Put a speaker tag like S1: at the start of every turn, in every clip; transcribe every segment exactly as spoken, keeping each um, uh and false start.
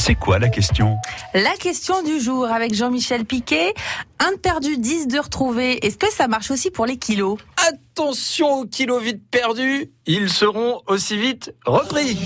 S1: C'est quoi la question ?
S2: La question du jour avec Jean-Michel Piquet. Un de perdu, dix de retrouvé. Est-ce que ça marche aussi pour les kilos ?
S3: Attention aux kilos vite perdus, ils seront aussi vite repris.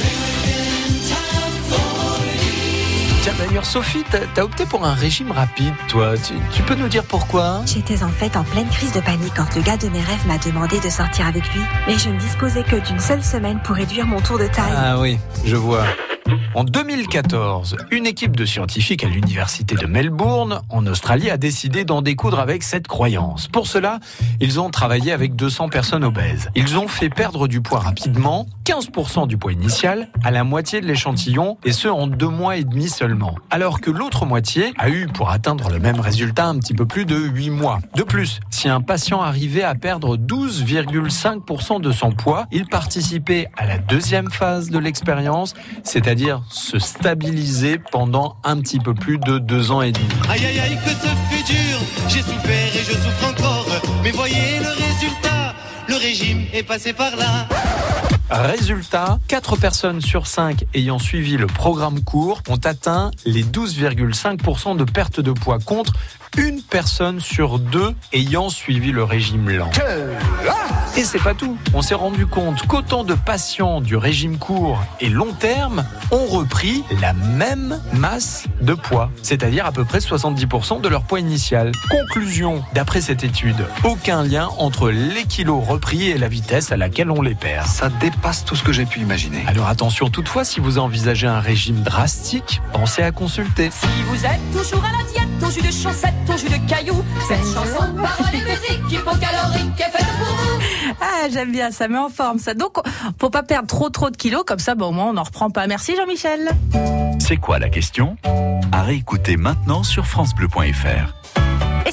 S3: Tiens, d'ailleurs, Sophie, t'as, t'as opté pour un régime rapide, toi. Tu, tu peux nous dire pourquoi ?
S4: J'étais en fait en pleine crise de panique quand le gars de mes rêves m'a demandé de sortir avec lui. Mais je ne disposais que d'une seule semaine pour réduire mon tour de taille.
S3: Ah oui, je vois. En deux mille quatorze, une équipe de scientifiques à l'université de Melbourne, en Australie, a décidé d'en découdre avec cette croyance. Pour cela, ils ont travaillé avec deux cents personnes obèses. Ils ont fait perdre du poids rapidement, quinze pour cent du poids initial, à la moitié de l'échantillon, et ce en deux mois et demi seulement. Alors que l'autre moitié a eu, pour atteindre le même résultat, un petit peu plus de huit mois. De plus, si un patient arrivait à perdre douze virgule cinq pour cent de son poids, il participait à la deuxième phase de l'expérience, c'est-à-dire se stabiliser pendant un petit peu plus de deux ans et demi.
S5: Aïe aïe aïe que ce fut dur, j'ai souffert et je souffre encore, mais voyez le résultat, le régime est passé par là.
S3: Résultat, quatre personnes sur cinq ayant suivi le programme court ont atteint les douze virgule cinq pour cent de perte de poids contre une personne sur deux ayant suivi le régime lent. Et c'est pas tout. On s'est rendu compte qu'autant de patients du régime court et long terme ont repris la même masse de poids, c'est-à-dire à peu près soixante-dix pour cent de leur poids initial. Conclusion, d'après cette étude, aucun lien entre les kilos repris et la vitesse à laquelle on les perd.
S1: Ça dépasse tout ce que j'ai pu imaginer.
S3: Alors attention toutefois, si vous envisagez un régime drastique, pensez à consulter.
S6: Si vous êtes toujours à la diète, au jus de chaussettes, au jus de cailloux, cette chanson, paroles et musique, hypocalorique est faite pour vous.
S2: Ah, j'aime bien, ça met en forme ça. Donc, faut pas perdre trop trop de kilos, comme ça, bah, au moins on n'en reprend pas. Merci Jean-Michel.
S1: C'est quoi la question ? À réécouter maintenant sur francebleu point fr.